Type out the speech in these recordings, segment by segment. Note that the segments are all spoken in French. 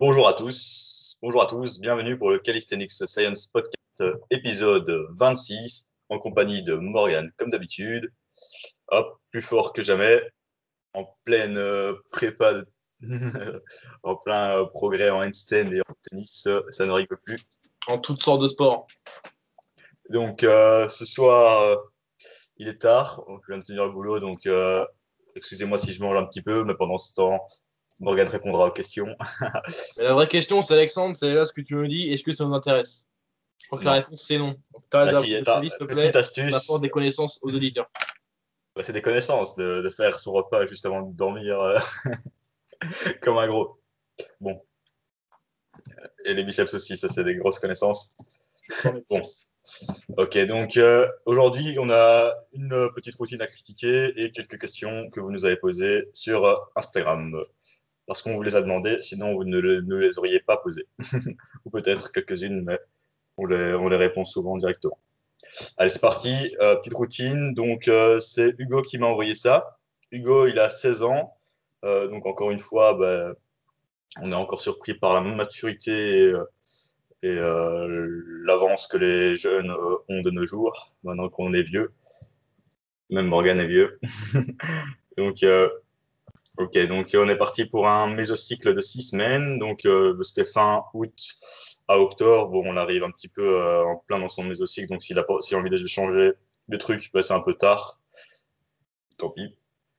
Bonjour à tous, bienvenue pour le Calisthenics Science Podcast épisode 26 en compagnie de Morgan comme d'habitude. Hop, plus fort que jamais, en pleine prépa, en plein progrès en handstand et en tennis, ça ne rigole plus. En toutes sortes de sports. Donc ce soir, il est tard, je viens de finir le boulot, donc excusez-moi si je mange un petit peu, mais pendant ce temps, Morgan répondra aux questions. Mais la vraie question, c'est Alexandre, c'est là ce que tu me dis, est-ce que ça nous intéresse? Je crois que la Non. réponse, c'est non. Donc, t'arrêtes Bah si, d'approfondir, s'il te petite plaît, on astuce. apporte des connaissances aux auditeurs. Bah, c'est des connaissances de faire son repas juste avant de dormir comme un gros. Bon. Et les biceps aussi, ça c'est des grosses connaissances. Bon. Ok, donc aujourd'hui, on a une petite routine à critiquer et quelques questions que vous nous avez posées sur Instagram. Parce qu'on vous les a demandées, sinon vous ne les auriez pas posées. Ou peut-être quelques-unes, mais on les répond souvent directement. Allez, c'est parti. Petite routine. Donc, c'est Hugo qui m'a envoyé ça. Hugo, il a 16 ans. Donc, encore une fois, bah, on est encore surpris par la maturité et l'avance que les jeunes ont de nos jours, maintenant qu'on est vieux. Même Morgan est vieux. Donc, ok, donc on est parti pour un mésocycle de 6 semaines. Donc, c'était fin août à octobre. Bon, on arrive un petit peu en plein dans son mésocycle. Donc, s'il a envie de changer de truc, bah, c'est un peu tard. Tant pis.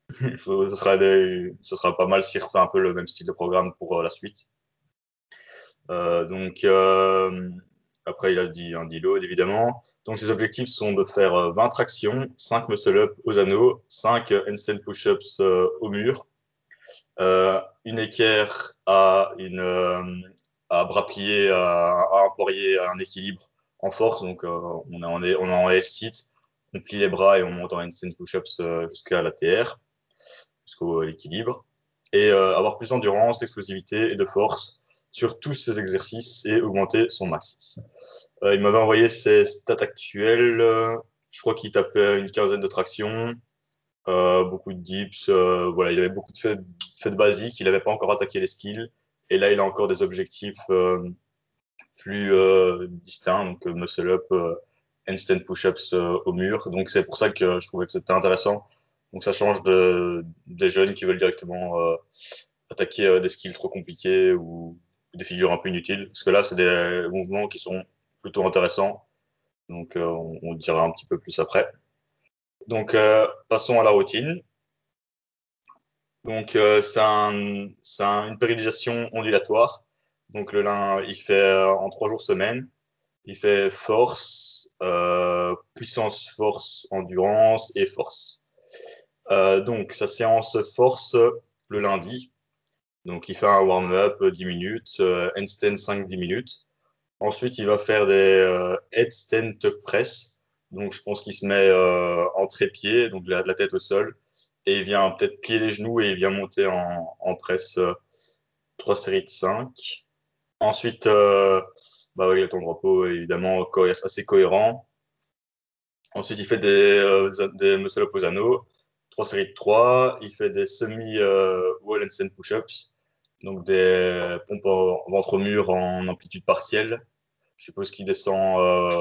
Ce sera pas mal s'il refait un peu le même style de programme pour la suite. Donc, après, il a dit un deload, évidemment. Donc, ses objectifs sont de faire 20 tractions, 5 muscle-up aux anneaux, 5 handstand push-ups au mur, une équerre à bras pliés, à un poirier, à un équilibre en force. Donc, on est en L-sit, on plie les bras et on monte en handstand push-ups jusqu'à la TR, jusqu'au équilibre. Et avoir plus d'endurance, d'explosivité et de force sur tous ces exercices et augmenter son max. Il m'avait envoyé ses stats actuelles. Je crois qu'il tapait une quinzaine de tractions, beaucoup de dips. Voilà, il avait beaucoup de faits basiques. Il n'avait pas encore attaqué les skills. Et là, il a encore des objectifs plus distincts, donc muscle-up, handstand push-ups au mur. Donc, c'est pour ça que je trouvais que c'était intéressant. Donc, ça change des jeunes qui veulent directement attaquer des skills trop compliqués ou des figures un peu inutiles. Parce que là, c'est des mouvements qui sont plutôt intéressants. Donc, on dira un petit peu plus après. Donc, passons à la routine. Donc, une périodisation ondulatoire. Donc, le lin, il fait en 3 jours semaine. Il fait force, puissance, force, endurance et force. Donc, sa séance force le lundi. Donc, il fait un warm-up 10 minutes, handstand 5-10 minutes. Ensuite, il va faire des headstand tuck press. Donc, je pense qu'il se met en trépied, donc la tête au sol. Et il vient peut-être plier les genoux et il vient monter en presse 3 séries de 5. Ensuite, bah, avec les temps de repos, évidemment, assez cohérent. Ensuite, il fait des muscle-up aux anneaux, 3 séries de 3. Il fait des semi-wall handstand push-ups, donc des pompes en ventre mur en amplitude partielle. Je suppose qu'il descend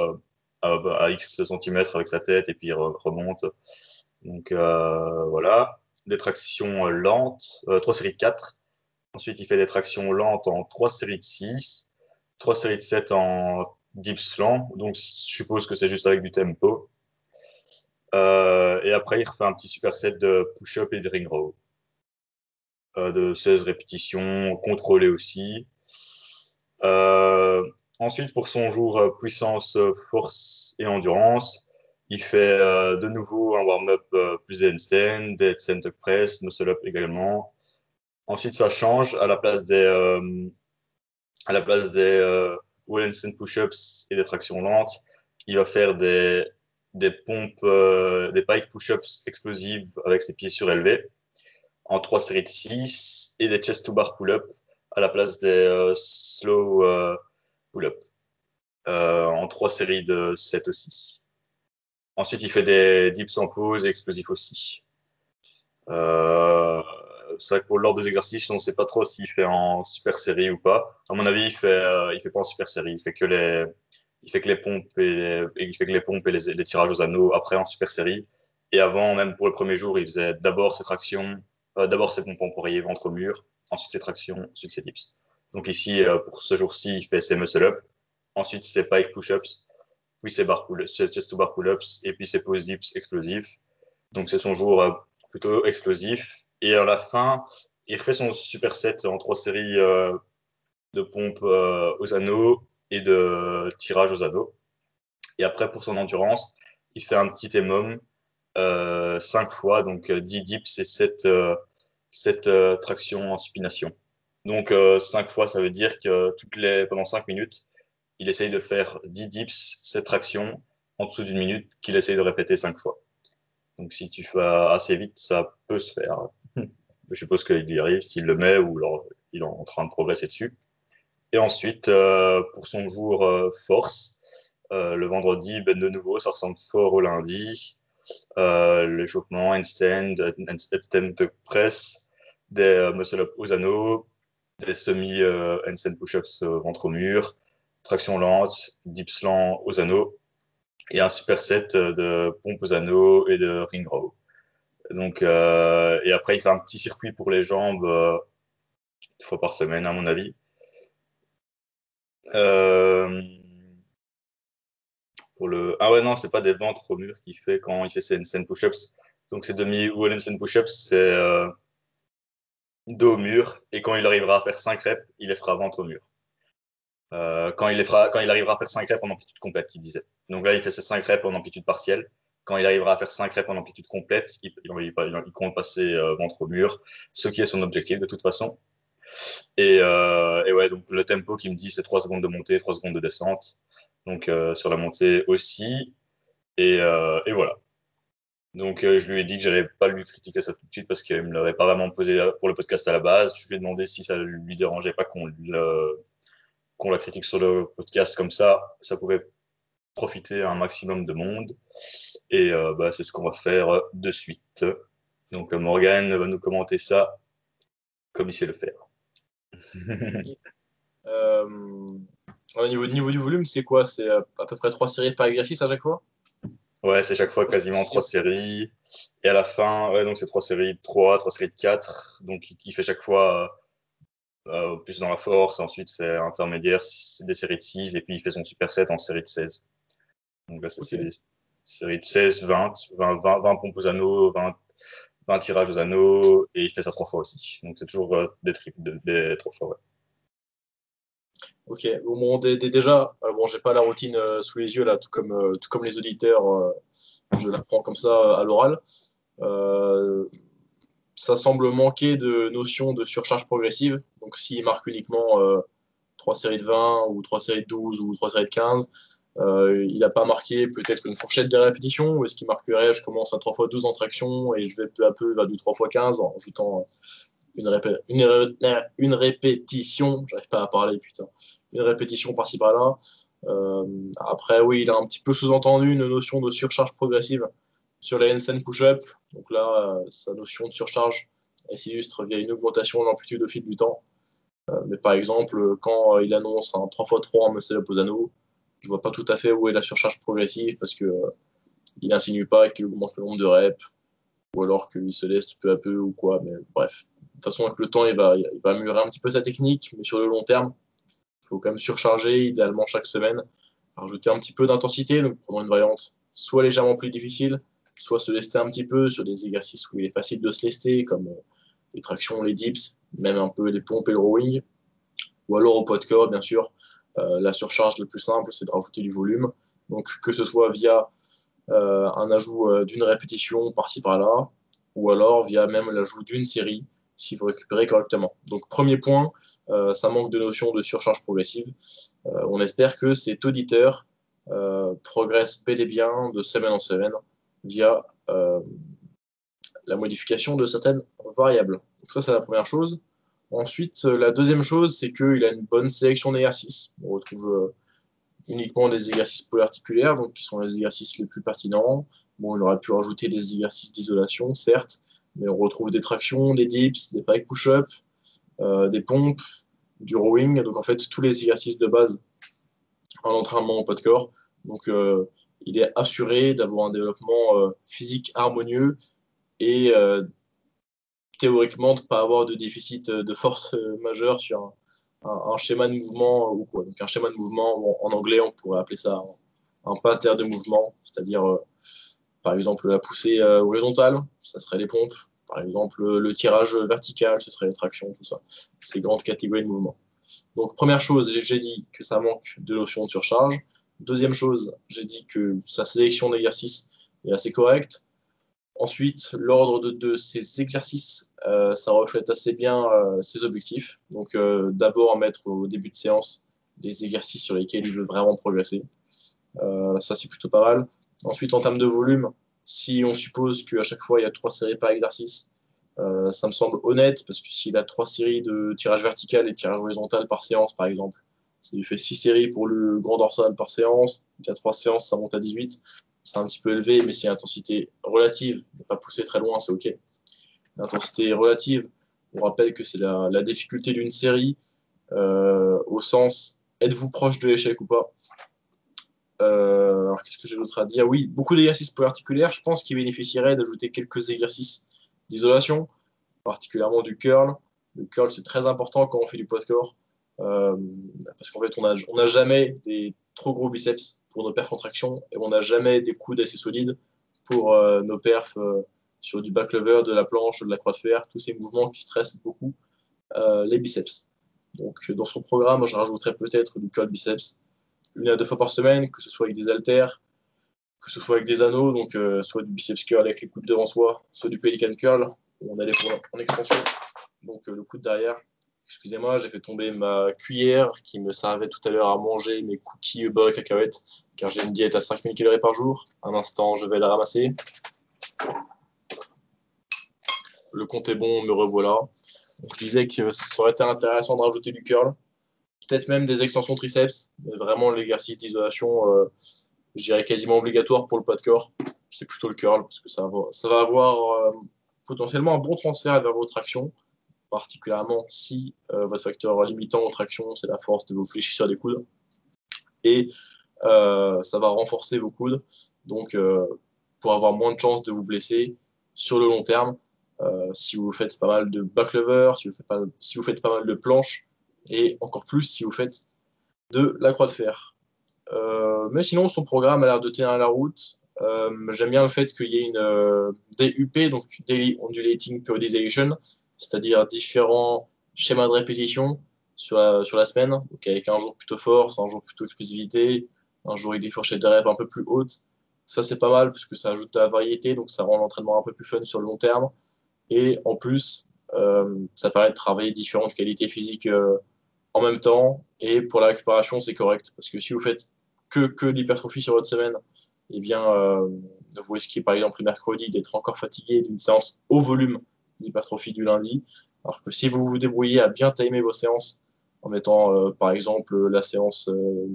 à X centimètres avec sa tête et puis il remonte. Donc voilà. Des tractions lentes, 3 séries de 4. Ensuite, il fait des tractions lentes en 3 séries de 6, 3 séries de 7 en dips lents. Donc je suppose que c'est juste avec du tempo. Et après, il refait un petit superset de push-up et de ring row. De 16 répétitions, contrôlées aussi. Ensuite, pour son jour puissance, force et endurance, il fait de nouveau un warm-up plus des handstand, des handstand tuck press, muscle-up également. Ensuite, ça change à la place des wall handstand push-ups et des tractions lentes. Il va faire des pompes, des pike push-ups explosives avec ses pieds surélevés en 3 séries de 6 et des chest to bar pull-up à la place des slow pull-up en 3 séries de 7 aussi. Ensuite, il fait des dips en pause et explosifs aussi. c'est vrai que pour l'ordre des exercices, on ne sait pas trop s'il fait en super série ou pas. À mon avis, il fait pas en super série. Il fait que les pompes il fait que les pompes et les tirages aux anneaux après en super série. Et avant, même pour le premier jour, il faisait d'abord ses tractions, d'abord ses pompes emporiées ventre mur, ensuite ses tractions, ensuite ses dips. Donc ici, pour ce jour-ci, il fait ses muscle-up, ensuite ses pike push-ups, puis ses chest to bar pull-ups, et puis ses pose dips explosifs. Donc c'est son jour plutôt explosif. Et à la fin, il refait son super set en 3 séries de pompes aux anneaux et de tirage aux anneaux. Et après, pour son endurance, il fait un petit EMOM 5 fois, donc 10 dips et 7 tractions en supination. Donc 5 fois, ça veut dire que pendant 5 minutes, il essaye de faire 10 dips, 7 tractions en dessous d'une minute qu'il essaye de répéter 5 fois. Donc si tu fais assez vite, ça peut se faire. Je suppose qu'il y arrive s'il le met ou alors il est en train de progresser dessus. Et ensuite, pour son jour force, le vendredi, ben de nouveau, ça ressemble fort au lundi. L'échauffement, handstand, handstand press, des muscle-up aux anneaux, des semi-handstand push-ups ventre au mur, traction lente, dips lents aux anneaux, et un super set de pompes aux anneaux et de ring row. Donc, et après, il fait un petit circuit pour les jambes 1 fois par semaine, à mon avis. Euh, Ah ouais, non, c'est pas des ventres au mur qu'il fait quand il fait ses handstand push-ups. Donc, c'est demi-wall handstand push-ups, c'est dos au mur. Et quand il arrivera à faire 5 reps, il les fera ventre au mur. Quand il arrivera à faire 5 reps en amplitude complète, il disait. Donc là, il fait ses 5 reps en amplitude partielle. Quand il arrivera à faire 5 reps en amplitude complète, il compte passer ventre au mur, ce qui est son objectif de toute façon. Et ouais, donc le tempo qui me dit, c'est 3 secondes de montée, 3 secondes de descente. Donc sur la montée aussi. Et voilà. Donc je lui ai dit que j'allais pas lui critiquer ça tout de suite parce qu'il me l'avait pas vraiment posé pour le podcast à la base. Je lui ai demandé si ça lui dérangeait pas qu'on la critique sur le podcast comme ça pouvait profiter à un maximum de monde. Et bah, c'est ce qu'on va faire de suite. Donc Morgan va nous commenter ça comme il sait le faire. Euh, Au niveau du volume, c'est quoi? C'est à peu près 3 séries par exercice à chaque fois? Ouais, c'est chaque fois quasiment 3 séries. Et à la fin, ouais, donc c'est 3 séries de 3 séries de 4. Donc il fait chaque fois plus dans la force. Ensuite, c'est intermédiaire, c'est des séries de 6. Et puis il fait son superset en série de 16. Donc là, c'est Ok. des séries de 16, 20 pompes aux anneaux, 20 tirages aux anneaux. Et il fait ça 3 fois aussi. Donc c'est toujours des 3 fois, ouais. Ok. Bon, déjà, bon, j'ai pas la routine sous les yeux là, tout comme les auditeurs, je la prends comme ça à l'oral. Euh, Ça semble manquer de notion de surcharge progressive. Donc, s'il marque uniquement 3 séries de 20 ou 3 séries de 12 ou 3 séries de 15, il n'a pas marqué peut-être une fourchette de répétition ou est-ce qu'il marquerait je commence à 3 x 12 en traction et je vais peu à peu vers du 3 x 15 en ajoutant une répétition, j'arrive pas à parler, putain, une répétition par-ci par-là. Après, oui, il a un petit peu sous-entendu une notion de surcharge progressive sur les handstand push-up. Donc là, sa notion de surcharge, elle s'illustre via une augmentation de l'amplitude au fil du temps. Mais par exemple, quand il annonce un 3x3 en muscle-up aux anneaux, je vois pas tout à fait où est la surcharge progressive parce que il insinue pas qu'il augmente le nombre de reps ou alors qu'il se laisse peu à peu ou quoi. Mais bref, de toute façon, avec le temps, il va améliorer un petit peu sa technique, mais sur le long terme, il faut quand même surcharger, idéalement chaque semaine, rajouter un petit peu d'intensité, donc prendre une variante soit légèrement plus difficile, soit se lester un petit peu sur des exercices où il est facile de se lester, comme les tractions, les dips, même un peu les pompes et le rowing, ou alors au poids de corps, bien sûr. La surcharge le plus simple, c'est de rajouter du volume. Donc que ce soit via un ajout d'une répétition par-ci par-là, ou alors via même l'ajout d'une série, si vous récupérez correctement. Donc premier point, ça manque de notion de surcharge progressive. On espère que cet auditeur progresse bel et bien de semaine en semaine via la modification de certaines variables. Donc ça, c'est la première chose. Ensuite, la deuxième chose, c'est qu'il a une bonne sélection d'exercices. On retrouve uniquement des exercices polyarticulaires, donc qui sont les exercices les plus pertinents. Bon, il aurait pu rajouter des exercices d'isolation, certes, Mais on retrouve des tractions, des dips, des pike push-up, des pompes, du rowing. Donc en fait, tous les exercices de base en entraînement au poids de corps. Donc il est assuré d'avoir un développement physique harmonieux et théoriquement de ne pas avoir de déficit de force majeur sur un schéma de mouvement ou quoi. Donc un schéma de mouvement, en anglais, on pourrait appeler ça un pattern de mouvement, c'est-à-dire par exemple la poussée horizontale, ça serait les pompes. Par exemple, le tirage vertical, ce serait les tractions, tout ça. Ces grandes catégories de mouvements. Donc, première chose, j'ai dit que ça manque de notion de surcharge. Deuxième chose, j'ai dit que sa sélection d'exercices est assez correcte. Ensuite, l'ordre de ces exercices, ça reflète assez bien ses objectifs. Donc, d'abord mettre au début de séance les exercices sur lesquels il veut vraiment progresser. Ça, c'est plutôt pas mal. Ensuite, en termes de volume, si on suppose qu'à chaque fois, il y a 3 séries par exercice, ça me semble honnête, parce que s'il a 3 séries de tirage vertical et tirage horizontal par séance, par exemple, ça lui fait 6 séries pour le grand dorsal par séance. Il y a 3 séances, ça monte à 18. C'est un petit peu élevé, mais c'est une intensité relative. Ne pas pousser très loin, c'est OK. L'intensité relative, on rappelle que c'est la difficulté d'une série, au sens êtes-vous proche de l'échec ou pas. Alors, qu'est-ce que j'ai d'autre à dire? Oui, beaucoup d'exercices polyarticulaires. Je pense qu'il bénéficierait d'ajouter quelques exercices d'isolation, particulièrement du curl. Le curl, c'est très important quand on fait du poids de corps, parce qu'en fait, on n'a jamais des trop gros biceps pour nos perfs en traction, et on n'a jamais des coudes assez solides pour nos perfs sur du back lever, de la planche, de la croix de fer, tous ces mouvements qui stressent beaucoup les biceps. Donc, dans son programme, je rajouterais peut-être du curl biceps 1 à 2 fois par semaine, que ce soit avec des haltères, que ce soit avec des anneaux, donc soit du biceps curl avec les coudes devant soi, soit du pelican curl, où on allait en extension, donc le coude derrière. Excusez-moi, j'ai fait tomber ma cuillère qui me servait tout à l'heure à manger mes cookies beurre et cacahuètes, car j'ai une diète à 5000 calories par jour. Un instant, je vais la ramasser. Le compte est bon, me revoilà. Donc, je disais que ça aurait été intéressant de rajouter du curl, peut-être même des extensions triceps, mais vraiment l'exercice d'isolation, je dirais quasiment obligatoire pour le poids de corps. C'est plutôt le curl, parce que ça va avoir potentiellement un bon transfert vers vos tractions, particulièrement si votre facteur limitant aux tractions, c'est la force de vos fléchisseurs des coudes. Et ça va renforcer vos coudes, donc pour avoir moins de chances de vous blesser sur le long terme, si vous faites pas mal de back lever, si vous faites pas mal de planches, et encore plus si vous faites de la croix de fer. Mais sinon, son programme a l'air de tenir la route. J'aime bien le fait qu'il y ait une DUP, donc Daily Undulating Periodization, c'est-à-dire différents schémas de répétition sur la semaine, donc avec un jour plutôt force, un jour plutôt explosivité, un jour avec des fourchettes de rep un peu plus hautes. Ça, c'est pas mal parce que ça ajoute de la variété, donc ça rend l'entraînement un peu plus fun sur le long terme. Et en plus, ça permet de travailler différentes qualités physiques en même temps. Et pour la récupération, c'est correct. Parce que si vous faites que l'hypertrophie sur votre semaine, eh bien, vous risquez par exemple le mercredi d'être encore fatigué d'une séance au volume d'hypertrophie du lundi. Alors que si vous vous débrouillez à bien timer vos séances en mettant par exemple la séance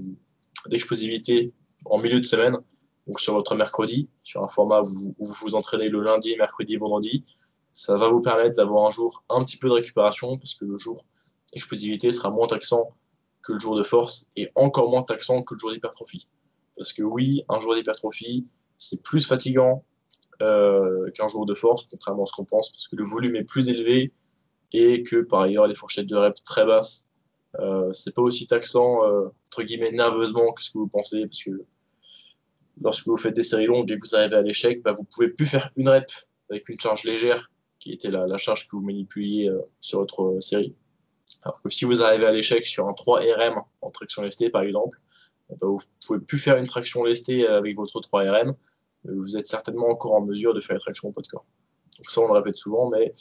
d'explosivité en milieu de semaine, donc sur votre mercredi, sur un format où vous vous entraînez le lundi, mercredi, vendredi, ça va vous permettre d'avoir un jour un petit peu de récupération parce que le jour explosivité sera moins taxant que le jour de force et encore moins taxant que le jour d'hypertrophie. Parce que oui, un jour d'hypertrophie, c'est plus fatigant qu'un jour de force, contrairement à ce qu'on pense, parce que le volume est plus élevé et que par ailleurs les fourchettes de reps très basses, c'est pas aussi taxant entre guillemets nerveusement que ce que vous pensez, parce que lorsque vous faites des séries longues et que vous arrivez à l'échec, bah, vous pouvez plus faire une rep avec une charge légère, qui était la charge que vous manipuliez sur votre série. Alors que si vous arrivez à l'échec sur un 3 RM en traction lestée, par exemple, bah, vous ne pouvez plus faire une traction lestée avec votre 3 RM. Vous êtes certainement encore en mesure de faire une traction au poids de corps. Donc ça, on le répète souvent, mais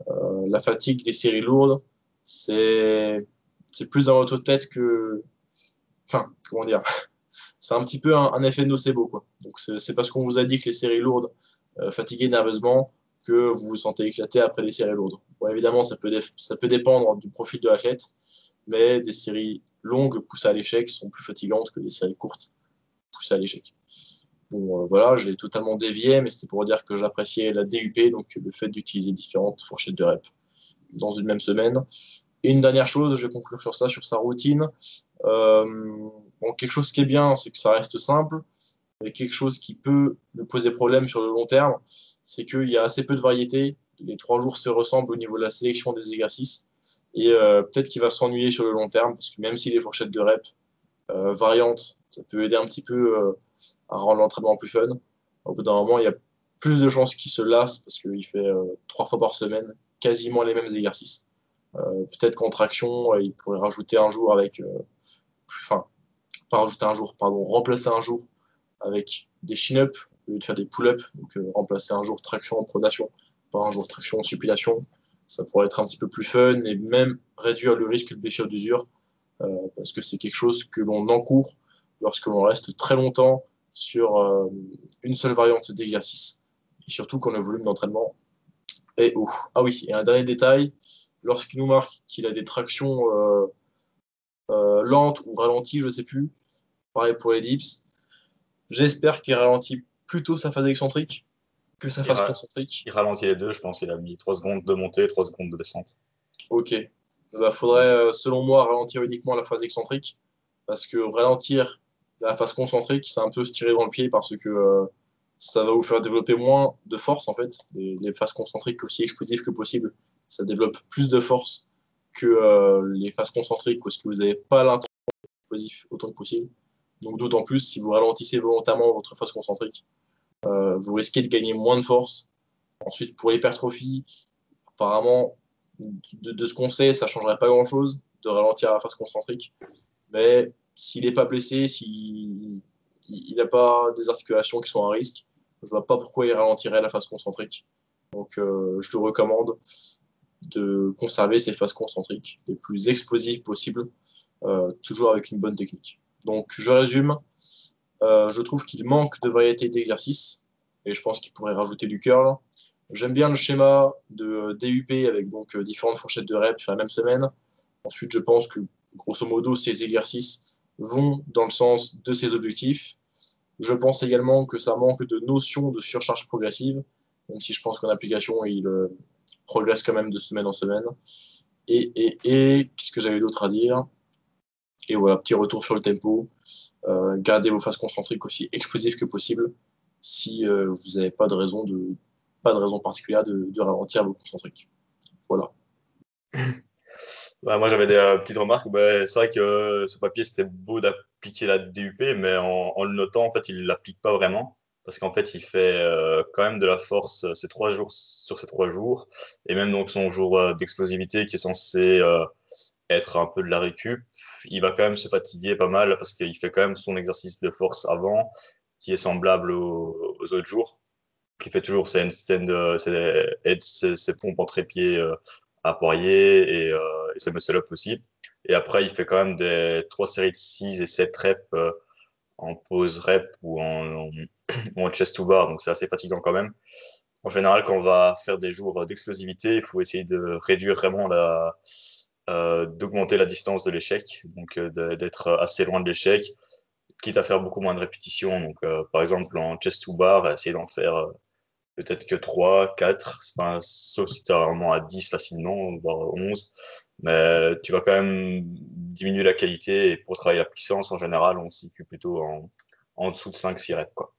la fatigue des séries lourdes, c'est plus dans votre tête que... Enfin, comment dire? C'est un petit peu un effet nocebo, quoi. Donc c'est parce qu'on vous a dit que les séries lourdes fatiguaient nerveusement que vous vous sentez éclaté après les séries lourdes. Bon, évidemment, ça peut dépendre du profil de l'athlète, mais des séries longues poussées à l'échec sont plus fatigantes que des séries courtes poussées à l'échec. Bon, voilà, je l'ai totalement dévié, mais c'était pour dire que j'appréciais la DUP, donc le fait d'utiliser différentes fourchettes de reps dans une même semaine. Et une dernière chose, je vais conclure sur ça, sur sa routine. Euh, bon, quelque chose qui est bien, c'est que ça reste simple, mais quelque chose qui peut me poser problème sur le long terme, c'est qu'il y a assez peu de variété. Les 3 jours se ressemblent au niveau de la sélection des exercices. Et peut-être qu'il va s'ennuyer sur le long terme, parce que même si les fourchettes de reps variantes, ça peut aider un petit peu à rendre l'entraînement plus fun. Au bout d'un moment, il y a plus de chances qu'il se lasse, parce qu'il fait 3 fois par semaine quasiment les mêmes exercices. Peut-être qu'en traction, il pourrait rajouter un jour avec, enfin, pas rajouter un jour, pardon, remplacer un jour avec des chin-up au lieu de faire des pull-up, donc remplacer un jour traction en pronation par un jour traction en supination. Ça pourrait être un petit peu plus fun et même réduire le risque de blessure d'usure parce que c'est quelque chose que l'on encourt lorsque l'on reste très longtemps sur une seule variante d'exercice et surtout quand le volume d'entraînement est haut. Ah oui, et un dernier détail, lorsqu'il nous marque qu'il a des tractions lentes ou ralenties, je ne sais plus, pareil pour les dips, j'espère qu'il ralentit plutôt sa phase excentrique que sa Il, phase ra- concentrique. il ralentit les deux, je pense. Il a mis 3 secondes de montée, 3 secondes de descente. Ok. Il faudrait, selon moi, ralentir uniquement la phase excentrique, parce que ralentir la phase concentrique, c'est un peu se tirer dans le pied, parce que ça va vous faire développer moins de force, en fait. Les phases concentriques aussi explosives que possible, ça développe plus de force que les phases concentriques, parce que vous n'avez pas l'intention explosif autant que possible. Donc d'autant plus, si vous ralentissez volontairement votre phase concentrique, vous risquez de gagner moins de force. Ensuite, pour l'hypertrophie, apparemment, de ce qu'on sait, ça ne changerait pas grand-chose de ralentir la phase concentrique. Mais s'il n'est pas blessé, s'il n'a pas des articulations qui sont à risque, je ne vois pas pourquoi il ralentirait la phase concentrique. Donc, je te recommande de conserver ces phases concentriques les plus explosives possibles, toujours avec une bonne technique. Donc, je résume. Je trouve qu'il manque de variété d'exercices et je pense qu'il pourrait rajouter du curl. J'aime bien le schéma de DUP avec donc différentes fourchettes de reps sur la même semaine. Ensuite, je pense que grosso modo, ces exercices vont dans le sens de ses objectifs. Je pense également que ça manque de notion de surcharge progressive, même si je pense qu'en application, il progresse quand même de semaine en semaine. Qu'est-ce que j'avais d'autre à dire? Et voilà, petit retour sur le tempo. Gardez vos phases concentriques aussi explosives que possible si vous n'avez pas de raison particulière de ralentir vos concentriques. Voilà. Bah, moi, j'avais des petites remarques. Bah, c'est vrai que ce papier, c'était beau d'appliquer la DUP, mais en le notant, en fait, il ne l'applique pas vraiment. Parce qu'en fait, il fait quand même de la force ces 3 jours sur ces 3 jours. Et même donc son jour d'explosivité qui est censé être un peu de la récup, il va quand même se fatiguer pas mal parce qu'il fait quand même son exercice de force avant, qui est semblable aux autres jours. Il fait toujours ses handstands, ses pompes en trépied à Poirier et ses muscle-up aussi. Et après, il fait quand même des 3 séries de 6 et 7 reps en pause rep ou en chest to bar. Donc, c'est assez fatigant quand même. En général, quand on va faire des jours d'explosivité, il faut essayer de réduire vraiment d'augmenter la distance de l'échec, donc d'être assez loin de l'échec, quitte à faire beaucoup moins de répétitions. Donc, par exemple, en chest to bar, essayer d'en faire peut-être que 3, 4, enfin, sauf si tu es vraiment à 10 facilement, voire 11. Mais tu vas quand même diminuer la qualité et pour travailler la puissance, en général, on s'y situe plutôt en dessous de 5-6 reps, quoi.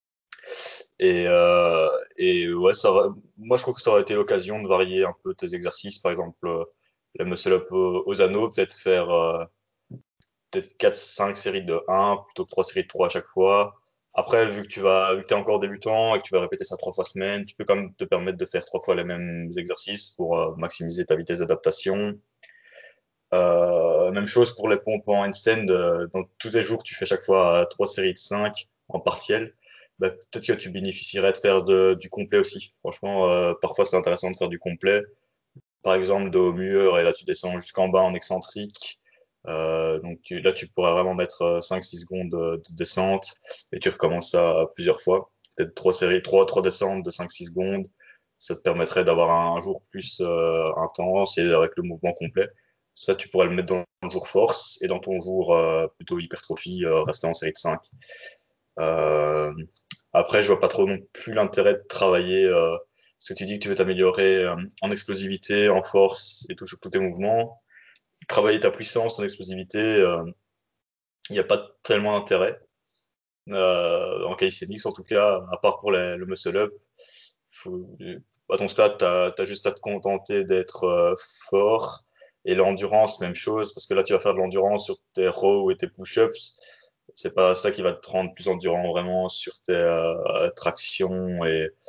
Et ouais, moi je trouve que ça aurait été l'occasion de varier un peu tes exercices, par exemple la muscle up aux anneaux, peut-être faire peut-être 4-5 séries de 1 plutôt que 3 séries de 3 à chaque fois. Après, vu que tu es encore débutant et que tu vas répéter ça 3 fois semaine, tu peux quand même te permettre de faire 3 fois les mêmes exercices pour maximiser ta vitesse d'adaptation. Même chose pour les pompes en handstand. Dans tous les jours, tu fais chaque fois 3 séries de 5 en partiel. Bah, peut-être que tu bénéficierais de faire du complet aussi. Franchement, parfois c'est intéressant de faire du complet. Par exemple, de haut mur, et là tu descends jusqu'en bas en excentrique. Donc là, tu pourrais vraiment mettre 5-6 secondes de descente et tu recommences ça plusieurs fois. Peut-être 3 séries, trois descentes de 5-6 secondes. Ça te permettrait d'avoir un jour plus intense et avec le mouvement complet. Ça, tu pourrais le mettre dans le jour force et dans ton jour plutôt hypertrophie, rester en série de 5. Euh, Après, je vois pas trop non plus l'intérêt de travailler, parce que tu dis que tu veux t'améliorer en explosivité, en force et tout sur tous tes mouvements. Travailler ta puissance, ton explosivité, il n'y a pas tellement d'intérêt. En calisthenics, en tout cas, à part pour le muscle-up. Faut- À ton stade, tu as juste à te contenter d'être fort. Et l'endurance, même chose, parce que là, tu vas faire de l'endurance sur tes rows et tes push-ups. C'est pas ça qui va te rendre plus endurant vraiment sur tes tractions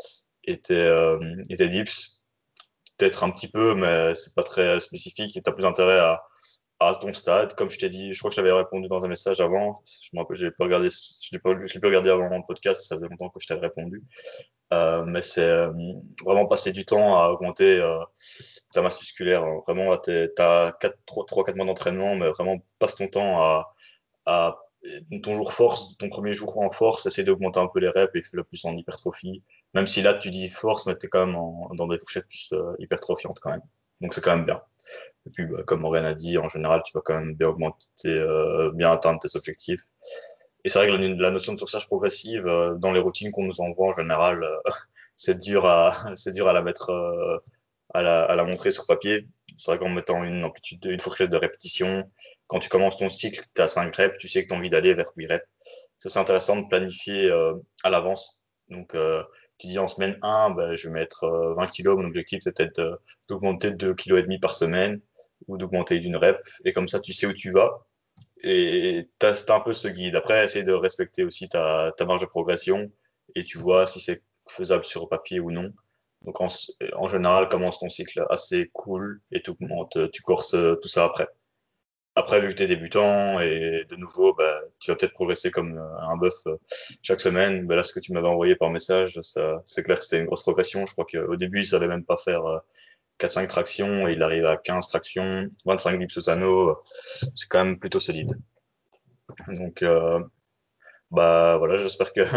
et tes dips. Peut-être un petit peu, mais c'est pas très spécifique et tu as plus intérêt à ton stade. Comme je t'ai dit, je crois que je t'avais répondu dans un message avant. Je me rappelle, j'ai pas regardé, je l'ai pas regardé avant le podcast, ça faisait longtemps que je t'avais répondu. Mais c'est vraiment passer du temps à augmenter ta masse musculaire. Vraiment, t'as 3-4 mois d'entraînement, mais vraiment passe ton temps à ton jour force, ton premier jour en force, essaie d'augmenter un peu les reps et fais le plus en hypertrophie. Même si là, tu dis force, mais t'es quand même dans des fourchettes plus hypertrophiantes quand même. Donc c'est quand même bien. Et puis, bah, comme Morgan a dit, en général, tu vas quand même bien augmenter, bien atteindre tes objectifs. Et c'est vrai que la notion de surcharge progressive, dans les routines qu'on nous envoie en général, c'est dur c'est dur à la mettre, à la montrer sur papier. C'est vrai qu'en mettant une amplitude, une fourchette de répétition, quand tu commences ton cycle, tu as 5 reps, tu sais que tu as envie d'aller vers 8 reps. Ça, c'est intéressant de planifier à l'avance. Donc, tu dis en semaine 1, ben, je vais mettre 20 kilos. Mon objectif, c'est peut-être d'augmenter de 2,5 kg par semaine ou d'augmenter d'une rep. Et comme ça, tu sais où tu vas. Et t'as un peu ce guide. Après, essaye de respecter aussi ta marge de progression et tu vois si c'est faisable sur papier ou non. Donc, en général, commence ton cycle assez cool et tu corses tout ça après. Après, vu que tu es débutant et de nouveau, bah, tu vas peut-être progresser comme un bœuf chaque semaine. Bah, là, ce que tu m'avais envoyé par message, c'est clair que c'était une grosse progression. Je crois qu'au début, il savait même pas faire 4-5 tractions et il arrive à 15 tractions, 25 dips aux anneaux. C'est quand même plutôt solide. Donc, bah voilà, j'espère que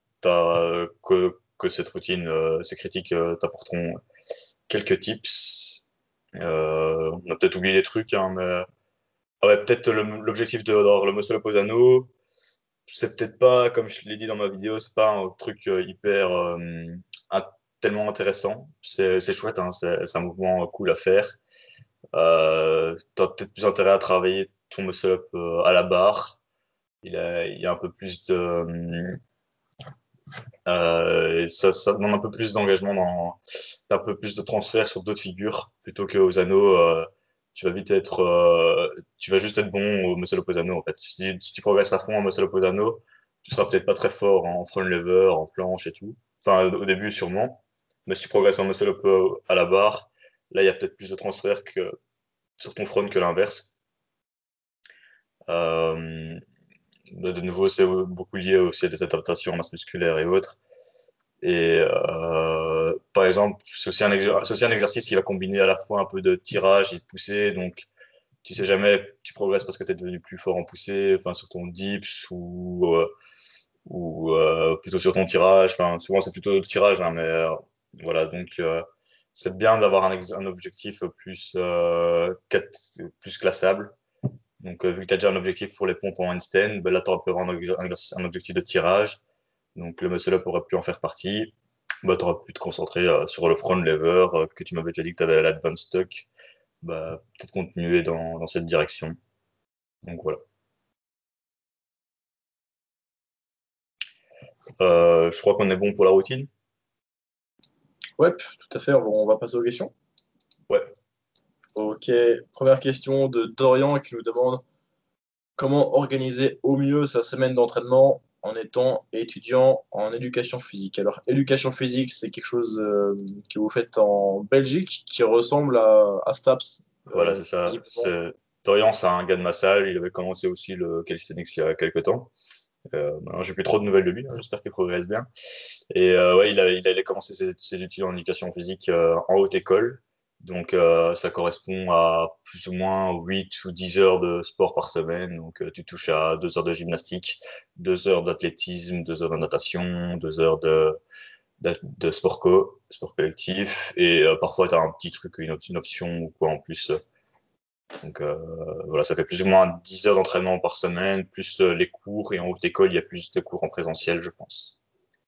que cette routine, ces critiques t'apporteront quelques tips. On a peut-être oublié des trucs, hein, mais ouais, peut-être l'objectif d'avoir le muscle up aux anneaux, c'est peut-être pas, comme je l'ai dit dans ma vidéo, c'est pas un truc hyper in- tellement intéressant. C'est chouette, hein, c'est un mouvement cool à faire. T'as peut-être plus intérêt à travailler ton muscle up à la barre. Il y a un peu plus de et ça demande un peu plus d'engagement un peu plus de transfert sur d'autres figures plutôt qu'aux anneaux. Tu vas vite être, tu vas juste être bon au muscle up aux anneaux en fait. Si tu progresses à fond en muscle up aux anneaux, tu seras peut-être pas très fort en front lever, en planche et tout. Enfin, au début sûrement. Mais si tu progresses en muscle up à la barre, là il y a peut-être plus de transfert que sur ton front que l'inverse. Euh, de nouveau, c'est beaucoup lié aussi à des adaptations en masse musculaire et autres. Et par exemple, c'est aussi un exercice qui va combiner à la fois un peu de tirage et de poussée. Donc, tu sais jamais, tu progresses parce que tu es devenu plus fort en poussée, enfin, sur ton dips ou plutôt sur ton tirage. Enfin, souvent, c'est plutôt le tirage, hein, mais voilà. Donc, c'est bien d'avoir un objectif plus classable. Donc, vu que tu as déjà un objectif pour les pompes en handstand, ben là, tu auras un objectif de tirage. Donc, le muscle-up aurait pu en faire partie. Bah, tu aurais pu te concentrer sur le front lever, que tu m'avais déjà dit que tu avais l'advanced stock. Bah, peut-être continuer dans cette direction. Donc, voilà. Je crois qu'on est bon pour la routine. Ouais, tout à fait. On va passer aux questions. Ouais. Ok, première question de Dorian qui nous demande comment organiser au mieux sa semaine d'entraînement en étant étudiant en éducation physique. Alors, éducation physique, c'est quelque chose que vous faites en Belgique qui ressemble à STAPS, Voilà, c'est ça. visiblement. Dorian, c'est un gars de ma salle. Il avait commencé aussi le calisthenics il y a quelques temps. Maintenant, j'ai plus trop de nouvelles de lui, hein. J'espère qu'il progresse bien. Et ouais, il allait commencer ses études en éducation physique en haute école. Donc, ça correspond à plus ou moins 8 ou 10 heures de sport par semaine. Donc, tu touches à 2 heures de gymnastique, 2 heures d'athlétisme, 2 heures de natation, 2 heures de sport collectif. Et parfois, tu as un petit truc, une option ou quoi en plus. Donc voilà, ça fait plus ou moins 10 heures d'entraînement par semaine, plus les cours, et en haute école, il y a plus de cours en présentiel, je pense.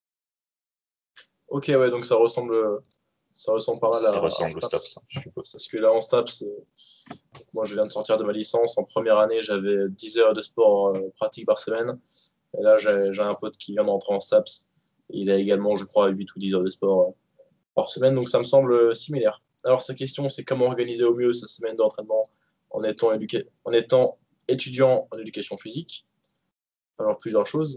Ok, ouais, donc ça ressemble pas mal Ça à ressemble au STAPS. STAPS, je suppose. Parce que là, en STAPS, moi, je viens de sortir de ma licence. En première année, j'avais 10 heures de sport pratique par semaine. Et là, j'ai un pote qui vient d'entrer en STAPS. Il a également, je crois, 8 ou 10 heures de sport par semaine. Donc, ça me semble similaire. Alors, sa question, c'est comment organiser au mieux sa semaine d'entraînement en étant étudiant en éducation physique. Alors, plusieurs choses.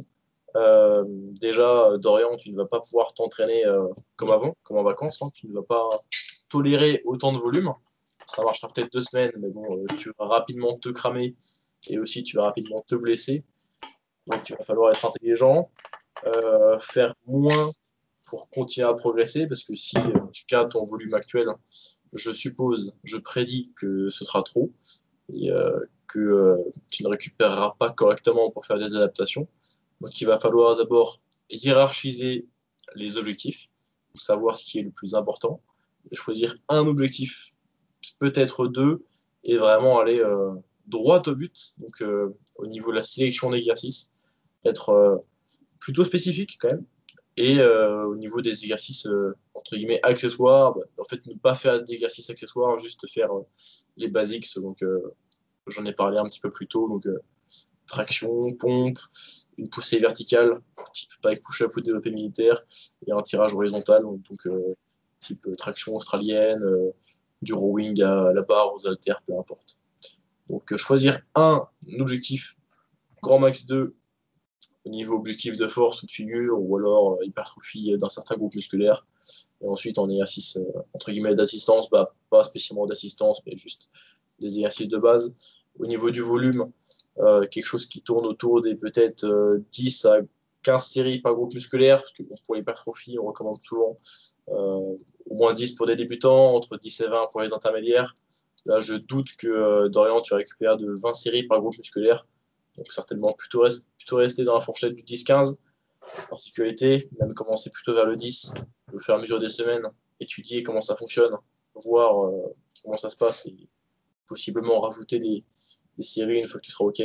Déjà, Dorian, tu ne vas pas pouvoir t'entraîner comme avant, comme en vacances. Hein. Tu ne vas pas tolérer autant de volume. Ça marchera peut-être 2 semaines, mais bon, tu vas rapidement te cramer et aussi tu vas rapidement te blesser. Donc, il va falloir être intelligent, faire moins pour continuer à progresser, parce que si tu gardes ton volume actuel, je suppose, je prédis que ce sera trop et que tu ne récupéreras pas correctement pour faire des adaptations. Donc, il va falloir d'abord hiérarchiser les objectifs, pour savoir ce qui est le plus important, et choisir un objectif, peut-être deux, et vraiment aller droit au but. Donc, au niveau de la sélection d'exercices, être plutôt spécifique quand même. Et au niveau des exercices, entre guillemets, accessoires, bah, en fait, ne pas faire d'exercices accessoires, juste faire les basics. Donc, j'en ai parlé un petit peu plus tôt. Donc, traction, pompe, une poussée verticale, type pike push-up ou développé militaire, et un tirage horizontal, donc type traction australienne, du rowing à la barre, aux haltères, peu importe. Donc choisir un objectif, grand max 2, au niveau objectif de force ou de figure, ou alors hypertrophie d'un certain groupe musculaire. Et ensuite, en exercice, entre guillemets, d'assistance, bah, pas spécialement d'assistance, mais juste des exercices de base. Au niveau du volume, quelque chose qui tourne autour des peut-être 10 à 15 séries par groupe musculaire, parce que bon, pour l'hypertrophie, on recommande souvent au moins 10 pour des débutants, entre 10 et 20 pour les intermédiaires. Là, je doute que Dorian, tu récupères de 20 séries par groupe musculaire. Donc certainement plutôt rester dans la fourchette du 10-15 par sécurité, même commencer plutôt vers le 10, au fur et à mesure des semaines, étudier comment ça fonctionne, voir comment ça se passe et possiblement rajouter des séries une fois que tu seras OK.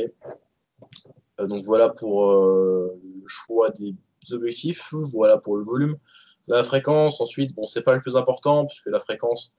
Donc voilà pour le choix des objectifs, voilà pour le volume. La fréquence, ensuite, bon, c'est pas le plus important, puisque la fréquence,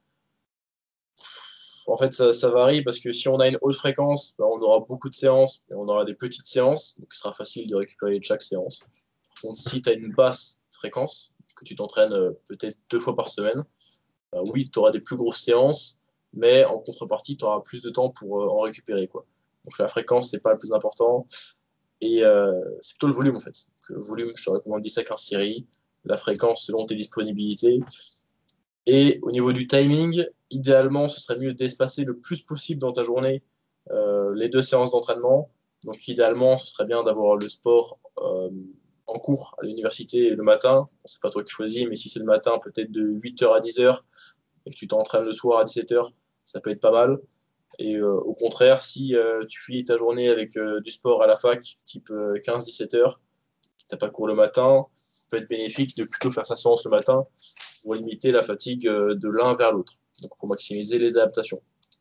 en fait, ça varie, parce que si on a une haute fréquence, ben, on aura beaucoup de séances, et on aura des petites séances, donc il sera facile de récupérer de chaque séance. Par contre, si tu as une basse fréquence, que tu t'entraînes peut-être 2 fois par semaine, ben oui, tu auras des plus grosses séances, mais en contrepartie, tu auras plus de temps pour en récupérer, quoi. Donc la fréquence, c'est pas le plus important. Et c'est plutôt le volume en fait. Donc, le volume, je te recommande 10 à 15 séries. La fréquence selon tes disponibilités. Et au niveau du timing, idéalement, ce serait mieux d'espacer le plus possible dans ta journée les 2 séances d'entraînement. Donc idéalement, ce serait bien d'avoir le sport en cours à l'université le matin. Bon, c'est pas toi qui choisis, mais si c'est le matin, peut-être de 8h à 10h, et que tu t'entraînes le soir à 17h, ça peut être pas mal. Et au contraire, si tu finis ta journée avec du sport à la fac, type 15-17 heures, tu n'as pas cours le matin, ça peut être bénéfique de plutôt faire sa séance le matin pour limiter la fatigue de l'un vers l'autre, donc pour maximiser les adaptations.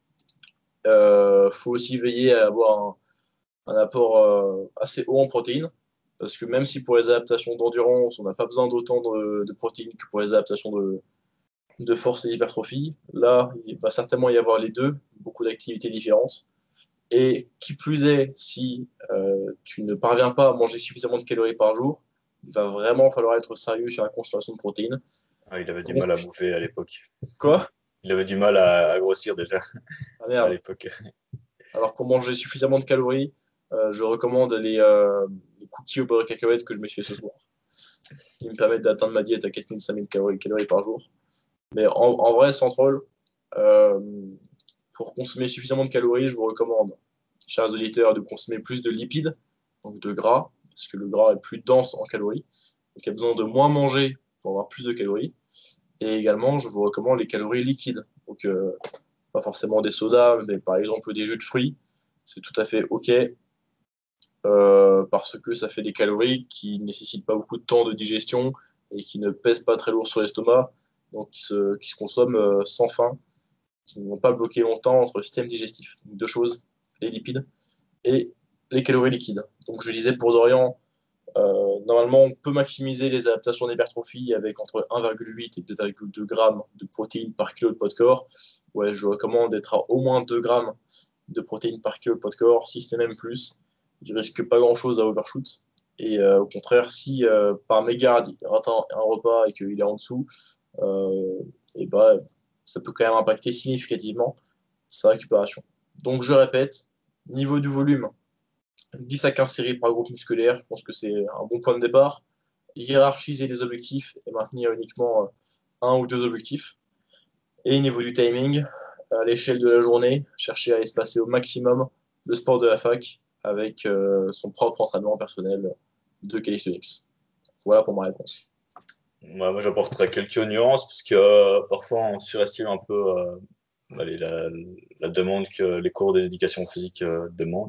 Il faut aussi veiller à avoir un apport assez haut en protéines, parce que même si pour les adaptations d'endurance, on n'a pas besoin d'autant de protéines que pour les adaptations de force et d'hypertrophie, là, il va certainement y avoir les deux, beaucoup d'activités différentes. Et qui plus est, si tu ne parviens pas à manger suffisamment de calories par jour, il va vraiment falloir être sérieux sur la consommation de protéines. Ah, il avait du Donc, mal à bouffer à l'époque. quoi? Il avait du mal à grossir déjà Ah à merde. l'époque. Alors pour manger suffisamment de calories, je recommande les cookies au beurre de cacahuète que je me suis fait ce soir, qui me permettent d'atteindre ma diète à 4000-5000 calories par jour. Mais en vrai, sans troll, euh, pour consommer suffisamment de calories, je vous recommande, chers auditeurs, de consommer plus de lipides, donc de gras, parce que le gras est plus dense en calories. Donc il y a besoin de moins manger pour avoir plus de calories. Et également, je vous recommande les calories liquides. Donc pas forcément des sodas, mais par exemple des jus de fruits. C'est tout à fait OK parce que ça fait des calories qui ne nécessitent pas beaucoup de temps de digestion et qui ne pèsent pas très lourd sur l'estomac, donc qui se consomment sans faim qui ne vont pas bloquer longtemps entre le système digestif. Donc, deux choses, les lipides et les calories liquides. Donc je disais pour Dorian, normalement on peut maximiser les adaptations d'hypertrophie avec entre 1,8 et 2,2 grammes de protéines par kilo de poids de corps. Ouais, je recommande d'être à au moins 2 grammes de protéines par kilo de poids de corps, si c'est même plus. Il risque pas grand-chose à overshoot. Et au contraire, si par mégarde il rate un repas et qu'il est en dessous, et bah, ça peut quand même impacter significativement sa récupération. Donc je répète, niveau du volume, 10 à 15 séries par groupe musculaire, je pense que c'est un bon point de départ. Hiérarchiser les objectifs et maintenir uniquement un ou deux objectifs. Et niveau du timing, à l'échelle de la journée, chercher à espacer au maximum le sport de la fac avec son propre entraînement personnel de calisthenics. Voilà pour ma réponse. Moi, j'apporterais quelques nuances, parce que parfois on surestime un peu la demande que les cours d'éducation physique demandent.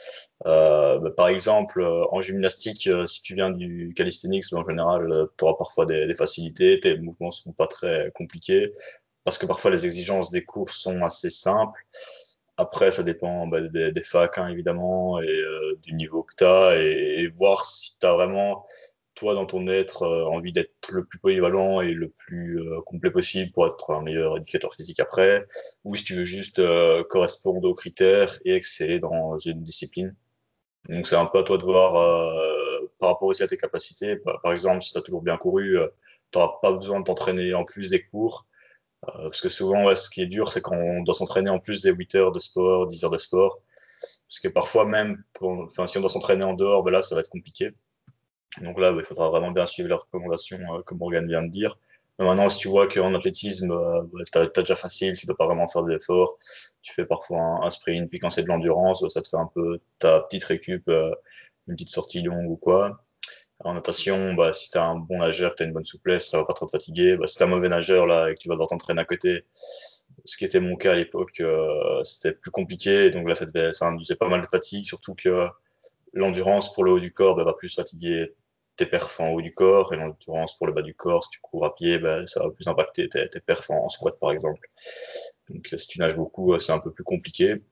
Par exemple, en gymnastique, si tu viens du calisthenics, en général, tu auras parfois des facilités, tes mouvements sont pas très compliqués, parce que parfois les exigences des cours sont assez simples. Après, ça dépend des facs, hein, évidemment, et du niveau que tu as, et voir si tu as vraiment, toi, dans ton être, envie d'être le plus polyvalent et le plus complet possible pour être un meilleur éducateur physique après, ou si tu veux juste correspondre aux critères et exceller dans une discipline. Donc, c'est un peu à toi de voir par rapport aussi à tes capacités. Par exemple, si tu as toujours bien couru, tu n'auras pas besoin de t'entraîner en plus des cours. Parce que souvent, ouais, ce qui est dur, c'est quand on doit s'entraîner en plus des 8 heures de sport, 10 heures de sport. Parce que parfois même, enfin, si on doit s'entraîner en dehors, ben là, ça va être compliqué. Donc là, il faudra vraiment bien suivre les recommandations, comme Morgane vient de dire. Mais maintenant, si tu vois qu'en athlétisme, t'as déjà facile, tu dois pas vraiment faire d'efforts. Tu fais parfois un sprint, puis quand c'est de l'endurance, ça te fait un peu ta petite récup, une petite sortie longue ou quoi. En natation, si tu un bon nageur, que tu as une bonne souplesse, ça va pas trop te fatiguer. Si tu un mauvais nageur là, et que tu vas devoir t'entraîner à côté, ce qui était mon cas à l'époque, c'était plus compliqué. Donc là, ça induisait pas mal de fatigue, surtout que l'endurance pour le haut du corps va plus fatiguer tes perfs en haut du corps, et l'endurance pour le bas du corps, si tu cours à pied, ça va plus impacter tes perfs en squat, par exemple. Donc si tu nages beaucoup, c'est un peu plus compliqué.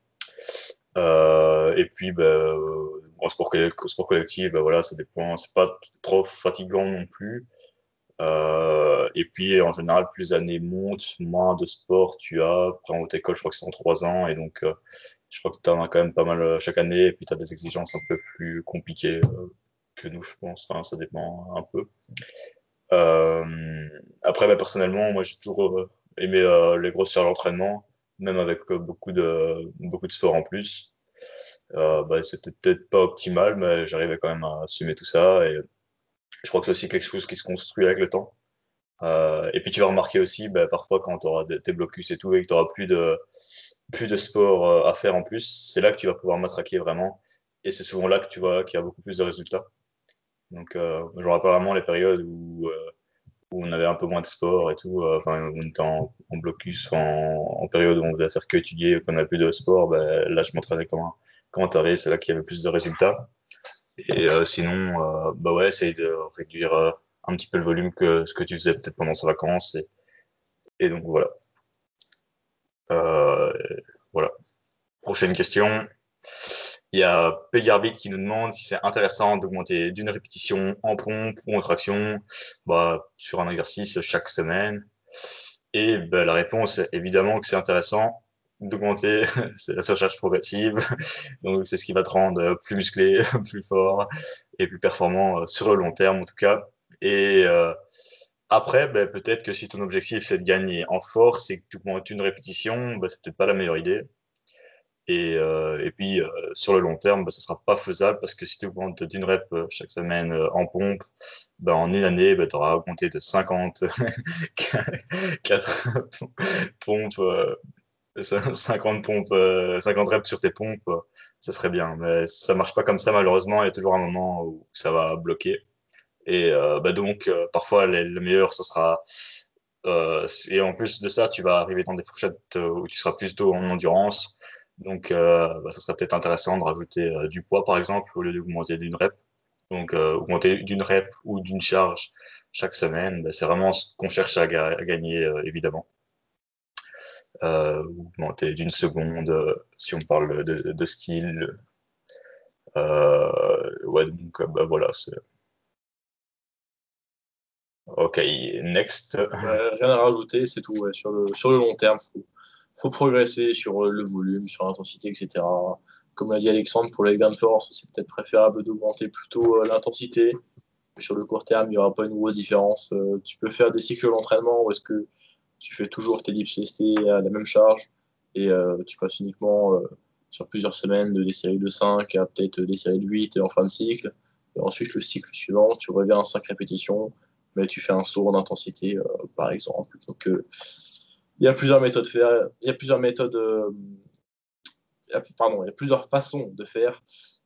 Et puis, en sport collectif, voilà, ça dépend. C'est pas trop fatigant non plus. Et puis, en général, plus les années montent, moins de sport tu as. Après, en haute école, je crois que c'est en 3 ans. Et donc, je crois que tu en as quand même pas mal chaque année. Et puis, tu as des exigences un peu plus compliquées que nous, je pense. Enfin, ça dépend un peu. Après, personnellement, moi, j'ai toujours aimé les grosses charges d'entraînement, même avec beaucoup de sport en plus. C'était peut-être pas optimal, mais j'arrivais quand même à assumer tout ça. Et je crois que c'est aussi quelque chose qui se construit avec le temps. Et puis tu vas remarquer aussi, parfois quand tu auras tes blocus et tout, et que tu auras plus de sport à faire en plus, c'est là que tu vas pouvoir matraquer vraiment. Et c'est souvent là que tu vois qu'il y a beaucoup plus de résultats. Donc, je me rappelle vraiment les périodes où on avait un peu moins de sport et tout. Enfin, on était en blocus, en période où on devait faire que étudier, qu'on n'avait plus de sport. Là, je m'entraînais comme un taré, c'est là qu'il y avait plus de résultats. Et sinon, ouais, essaye de réduire un petit peu le volume que ce que tu faisais peut-être pendant ces vacances. Et donc voilà. Euh, voilà. Prochaine question. Il y a Pegarbit qui nous demande si c'est intéressant d'augmenter d'une répétition en pompe ou en traction sur un exercice chaque semaine. Et la réponse est évidemment que c'est intéressant d'augmenter, c'est la surcharge progressive. Donc c'est ce qui va te rendre plus musclé, plus fort et plus performant sur le long terme en tout cas. Et après, peut-être que si ton objectif c'est de gagner en force et que tu augmentes une répétition, c'est peut-être pas la meilleure idée. Et puis, sur le long terme, ça sera pas faisable, parce que si tu augmentes d'une rep chaque semaine en pompe, en une année, tu auras augmenté de 4 pompes, 50 pompes, 50 reps sur tes pompes, ça serait bien. Mais ça marche pas comme ça, malheureusement. Il y a toujours un moment où ça va bloquer. Et donc, parfois, le meilleur, ça sera. Et en plus de ça, tu vas arriver dans des fourchettes où tu seras plus tôt en endurance. Donc, ça serait peut-être intéressant de rajouter du poids, par exemple, au lieu d'augmenter d'une rep. Donc, augmenter d'une rep ou d'une charge chaque semaine, c'est vraiment ce qu'on cherche à gagner, évidemment. augmenter d'une seconde si on parle de skill. Ouais, donc bah, voilà. Ok, next. Rien à rajouter, c'est tout. Ouais. Sur le long terme, faut progresser sur le volume, sur l'intensité, etc. Comme l'a dit Alexandre, pour les gains de force, c'est peut-être préférable d'augmenter plutôt l'intensité. Sur le court terme, il n'y aura pas une grosse différence. Tu peux faire des cycles d'entraînement où est-ce que tu fais toujours tes dips lestés à la même charge et tu passes uniquement sur plusieurs semaines des séries de 5 à peut-être des séries de 8 en fin de cycle. Et ensuite, le cycle suivant, tu reviens à 5 répétitions, mais tu fais un saut d'intensité, par exemple. Donc, il y a plusieurs méthodes de faire, il y a plusieurs méthodes, pardon, il y a plusieurs façons de faire.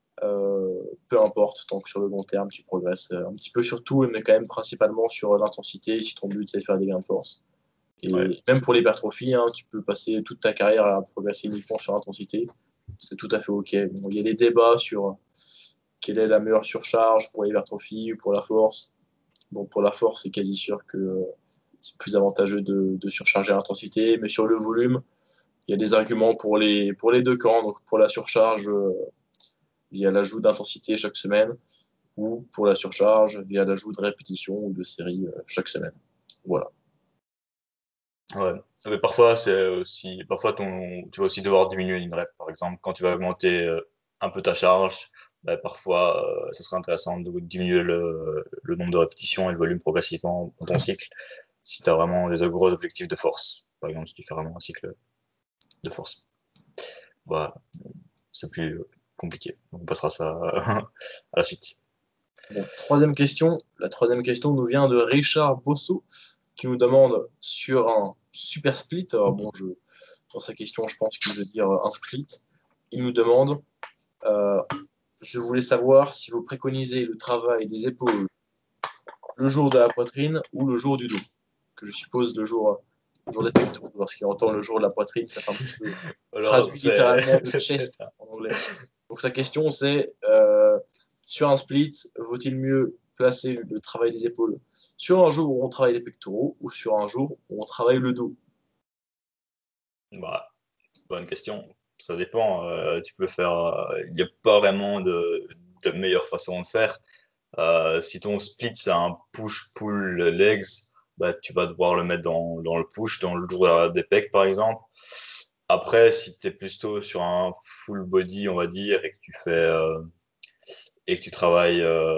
Peu importe, tant que sur le long terme, tu progresses un petit peu sur tout, mais quand même principalement sur l'intensité, si ton but c'est de faire des gains de force. Ouais. Et même pour l'hypertrophie, hein, tu peux passer toute ta carrière à progresser uniquement sur l'intensité. C'est tout à fait OK. Bon, il y a des débats sur quelle est la meilleure surcharge pour l'hypertrophie ou pour la force. Bon, pour la force, c'est quasi sûr que c'est plus avantageux de surcharger l'intensité, mais sur le volume, il y a des arguments pour les deux camps. Donc pour la surcharge via l'ajout d'intensité chaque semaine, ou pour la surcharge via l'ajout de répétitions ou de séries chaque semaine. Voilà. Ouais. Mais parfois, parfois tu vas aussi devoir diminuer une rep, par exemple. Quand tu vas augmenter un peu ta charge, bah, parfois, ce serait intéressant de diminuer le nombre de répétitions et le volume progressivement dans ton cycle, si tu as vraiment des gros objectifs de force. Par exemple, si tu fais vraiment un cycle de force. Bah, c'est plus compliqué. On passera ça à la suite. Bon, troisième question. La troisième question nous vient de Richard Bosso qui nous demande sur un super split. Alors bon, sur sa question, je pense qu'il veut dire un split. Il nous demande euh, je voulais savoir si vous préconisez le travail des épaules le jour de la poitrine ou le jour du dos. Que je suppose le jour des pectoraux. Parce qu'il entend le jour de la poitrine, ça fait un petit peu Alors, traduit littéralement de c'était chest en anglais. Donc sa question c'est sur un split, vaut-il mieux placer le travail des épaules sur un jour où on travaille les pectoraux ou sur un jour où on travaille le dos? bah, bonne question. Ça dépend. Tu peux faire. Il n'y a pas vraiment de meilleure façon de faire. Si ton split c'est un push-pull legs, bah, tu vas devoir le mettre dans le push, dans le jour des pecs par exemple. Après, si tu es plutôt sur un full body, on va dire, et que tu travailles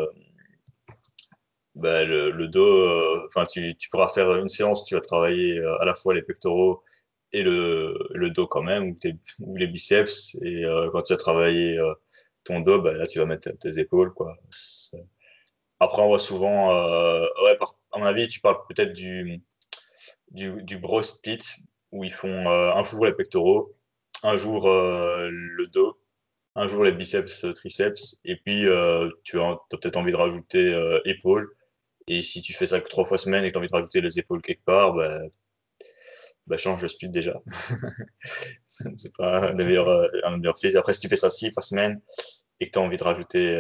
bah, le dos, enfin, tu pourras faire une séance où tu vas travailler à la fois les pectoraux et le dos quand même, ou les biceps. Et quand tu vas travailler ton dos, bah, là, tu vas mettre tes épaules, quoi. Après, on voit souvent, ouais, à mon avis, tu parles peut-être du bro split, où ils font un jour les pectoraux, un jour le dos, un jour les biceps, triceps, et puis tu as peut-être envie de rajouter épaules. Et si tu fais ça que 3 fois semaine et que tu as envie de rajouter les épaules quelque part, bah change le split déjà. C'est pas un meilleur split. Après, si tu fais ça 6 fois semaine et que tu as envie de rajouter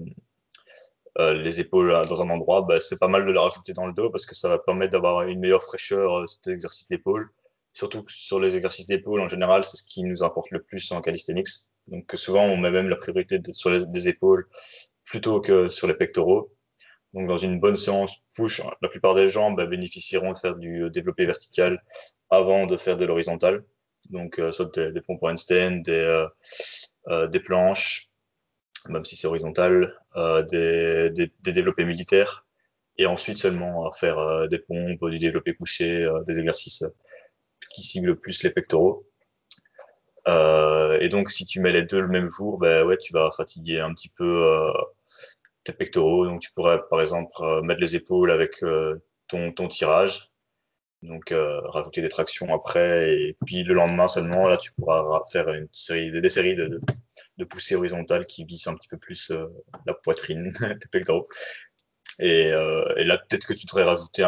les épaules dans un endroit, bah, c'est pas mal de les rajouter dans le dos parce que ça va permettre d'avoir une meilleure fraîcheur sur tes exercices d'épaule. Surtout que sur les exercices d'épaule, en général, c'est ce qui nous importe le plus en calisthenics. Donc souvent, on met même la priorité sur des épaules plutôt que sur les pectoraux. Donc, dans une bonne séance push, la plupart des gens bah, bénéficieront de faire du développé vertical avant de faire de l'horizontal. Donc, soit des pompes handstand, des planches, même si c'est horizontal, des développés militaires. Et ensuite seulement faire des pompes, du développé couché, des exercices qui ciblent plus les pectoraux. Et donc, si tu mets les deux le même jour, bah, ouais, tu vas fatiguer un petit peu tes pectoraux. Donc, tu pourrais, par exemple, mettre les épaules avec ton tirage. Donc, rajouter des tractions après. Et puis, le lendemain seulement, là, tu pourras faire des séries de poussées horizontales qui visent un petit peu plus la poitrine, les pectoraux. Et là, peut-être que tu devrais rajouter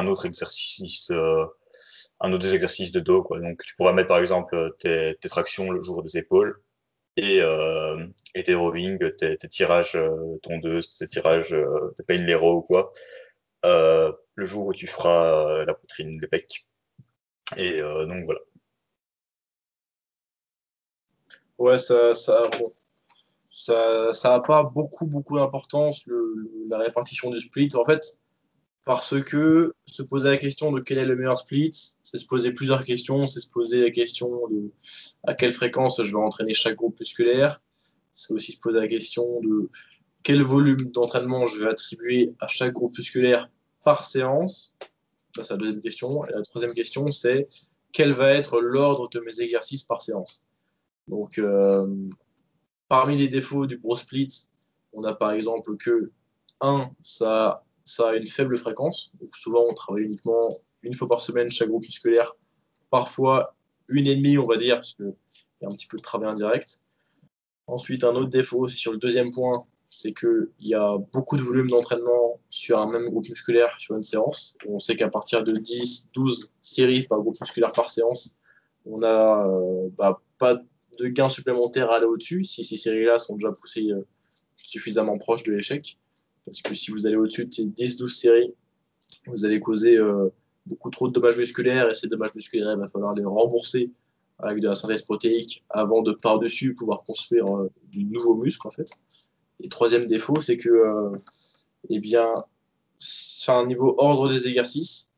un autre des exercices de dos, quoi. Donc, tu pourras mettre, par exemple, tes tractions le jour des épaules et tes rowing, tes tirages tondeuses, tes tirages, tes pain lero ou quoi, le jour où tu feras la poitrine, les pecs. Et donc voilà. Ouais, bon, ça a pas beaucoup d'importance, la répartition du split. En fait, parce que se poser la question de quel est le meilleur split, c'est se poser plusieurs questions. C'est se poser la question de à quelle fréquence je vais entraîner chaque groupe musculaire. C'est aussi se poser la question de quel volume d'entraînement je vais attribuer à chaque groupe musculaire par séance. Ça, c'est la deuxième question. Et la troisième question, c'est quel va être l'ordre de mes exercices par séance. Donc, parmi les défauts du Pro Split, on a par exemple que, ça a une faible fréquence. Donc souvent, on travaille uniquement une fois par semaine chaque groupe musculaire, parfois une et demie, on va dire, parce qu'il y a un petit peu de travail indirect. Ensuite, un autre défaut, c'est sur le deuxième point, c'est qu'il y a beaucoup de volume d'entraînement sur un même groupe musculaire sur une séance. On sait qu'à partir de 10, 12 séries par groupe musculaire par séance, on n'a pas de gain supplémentaire à aller au-dessus si ces séries-là sont déjà poussées suffisamment proches de l'échec. Parce que si vous allez au-dessus de ces 10-12 séries, vous allez causer beaucoup trop de dommages musculaires et ces dommages musculaires, il va falloir les rembourser avec de la synthèse protéique avant de par-dessus pouvoir construire du nouveau muscle en fait. Et troisième défaut, c'est que eh bien, sur un niveau ordre des exercices,